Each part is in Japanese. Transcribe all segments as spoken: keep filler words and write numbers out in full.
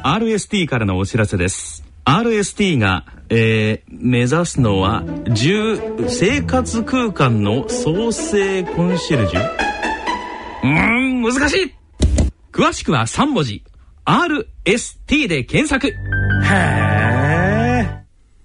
アールエスティー からのお知らせです。 アールエスティー が、えー、目指すのは住生活空間の創生コンシェルジュ。うーん難しい。詳しくはさん文字 アールエスティー で検索。へー。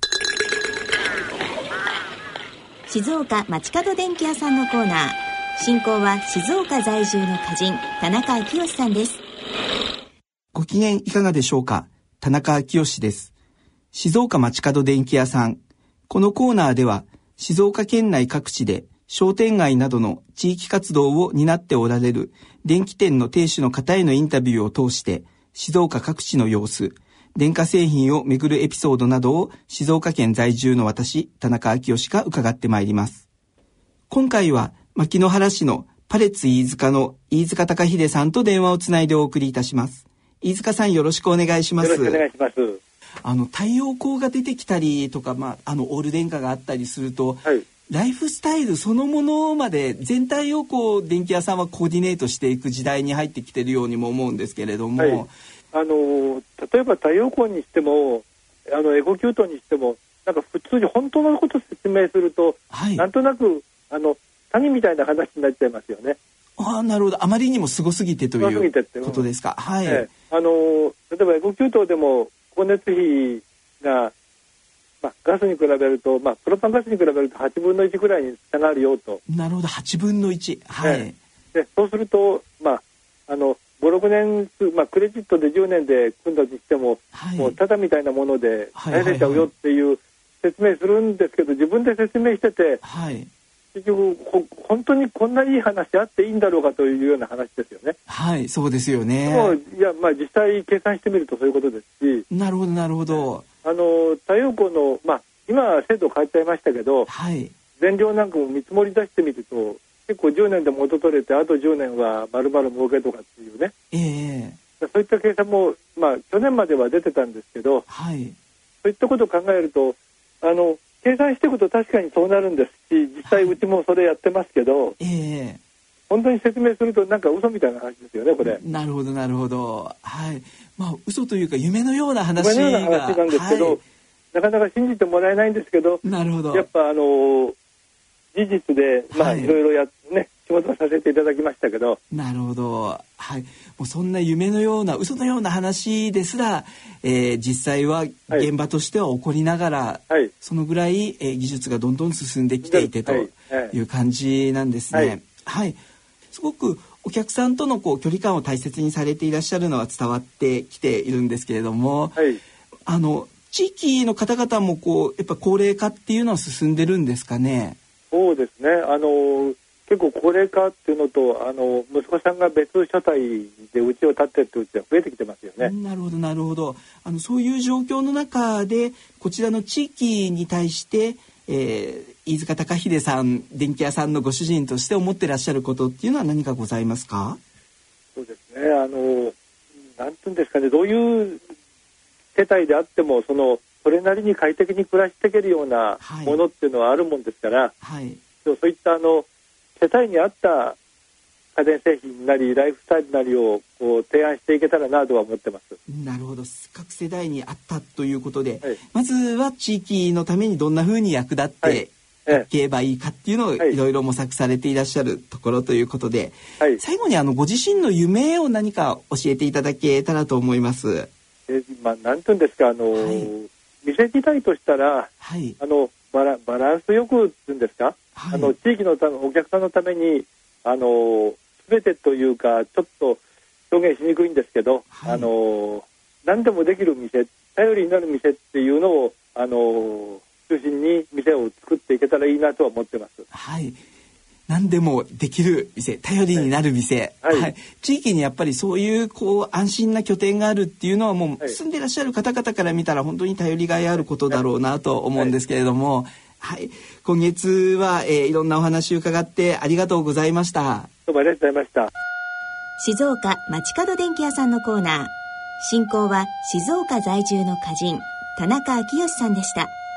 静岡街角電気屋さんのコーナー。進行は静岡在住の歌人田中昭義さんです。 ご機嫌いかがでしょうか。田中昭義です。静岡街角電気屋さん。このコーナーでは静岡県内各地で商店街などの地域活動を担っておられる電気店の店主の方へのインタビューを通して静岡各地の様子、電化製品をめぐるエピソードなどを静岡県在住の私、田中昭義が伺ってまいります。今回は牧之原市のパレッツ飯塚の飯塚隆秀さんと電話をつないでお送りいたします。飯塚さん、よろしくお願いします。 よろしくお願いします。 あの太陽光が出てきたりとか、まあ、あのオール電化があったりすると、はい、ライフスタイルそのものまで全体をこう電気屋さんはコーディネートしていく時代に入ってきているようにも思うんですけれども、はい、 あの例えば太陽光にしてもあのエコキュートにしてもなんか普通に本当のことを説明すると、はい、なんとなくあの詐欺みたいな話になっちゃいますよね。 ああ、なるほど。あまりにもすごすぎてということですか。はい、 ええ、あの例えばエコキュートでも光熱費が、まあ、ガスに比べると、まあ、プロパンガスに比べるとはちぶんのいちぐらいに下がるよと。 なるほど、はちぶんのいち。はい、 ええ、でそうすると、まあ、あのごろくねん、まあ、クレジットでじゅうねんで組んだとしても、はい、もうただみたいなもので返せちゃうよっていう説明するんですけど、自分で説明してて、はい、結局本当にこんないい話あっていいんだろうかというような話ですよね。 はい、そうですよね。 もういや、まあ、実際計算してみるとそういうことですし。 なるほどなるほど。 あの太陽光の、まあ、今は制度変わっちゃいましたけど、はい、電量なんかも見積もり出してみると結構じゅうねんで元取れてあとじゅうねんは丸々儲けとかっていうね、えー、そういった計算も、まあ、去年までは出てたんですけど、はい、そういったことを考えるとあの計算していくと確かにそうなるんですし、実際うちもそれやってますけど、はい、えー、本当に説明するとなんか嘘みたいな話ですよね、これ。 なるほどなるほど。はい、まあ、嘘というか夢のような話が、 夢のような話なんですけど、はい、なかなか信じてもらえないんですけど、 なるほど。 やっぱあの事実で、まあ、はい、いろいろやね仕事をさせていただきましたけど。 なるほど。はい、もうそんな夢のような嘘のような話ですら、えー、実際は現場としては起こりながら、はい、そのぐらい、えー、技術がどんどん進んできていてという感じなんですね。はい、はい、すごくお客さんとのこう距離感を大切にされていらっしゃるのは伝わってきているんですけれども、はい、あの地域の方々もこうやっぱ高齢化っていうのは進んでるんですかね。 そうですね、あの結構高齢化っていうのとあの息子さんが別所帯で家を建ってってうちは増えてきてますよね。 なるほどなるほど。あのそういう状況の中でこちらの地域に対して、えー、飯塚隆秀さん電気屋さんのご主人として思ってらっしゃることっていうのは何かございますか。 そうですね、あのなんていうんですかね、どういう世帯であってもそのそれなりに快適に暮らしていけるようなものっていうのはあるもんですから、はい、そういったあの世帯に合った家電製品なりライフスタイルなりをこう提案していけたらなとは思ってます。 なるほど、各世代に合ったということで、はい、まずは地域のためにどんなふうに役立っていけばいいかっていうのをいろいろ模索されていらっしゃるところということで、はい、最後にあのご自身の夢を何か教えていただけたらと思います。 え、まあ、なんていうんですか、あの、はい、店自体としたら、はい、あのバラ、バランスよくっていうんですか、はい、あの地域のためお客さんのためにあの全てというかちょっと表現しにくいんですけど、はい、あの何でもできる店、頼りになる店っていうのをあの中心に店を作っていけたらいいなとは思ってます。 はい、何でもできる店、頼りになる店、はいはい、地域にやっぱりそういうこう安心な拠点があるっていうのはもう住んでいらっしゃる方々から見たら本当に頼りがいあることだろうなと思うんですけれども、はい、今月は、えー、いろんなお話を伺ってありがとうございました。 どうもありがとうございました。 静岡街角電気屋さんのコーナー、進行は静岡在住の歌人田中昭義さんでした。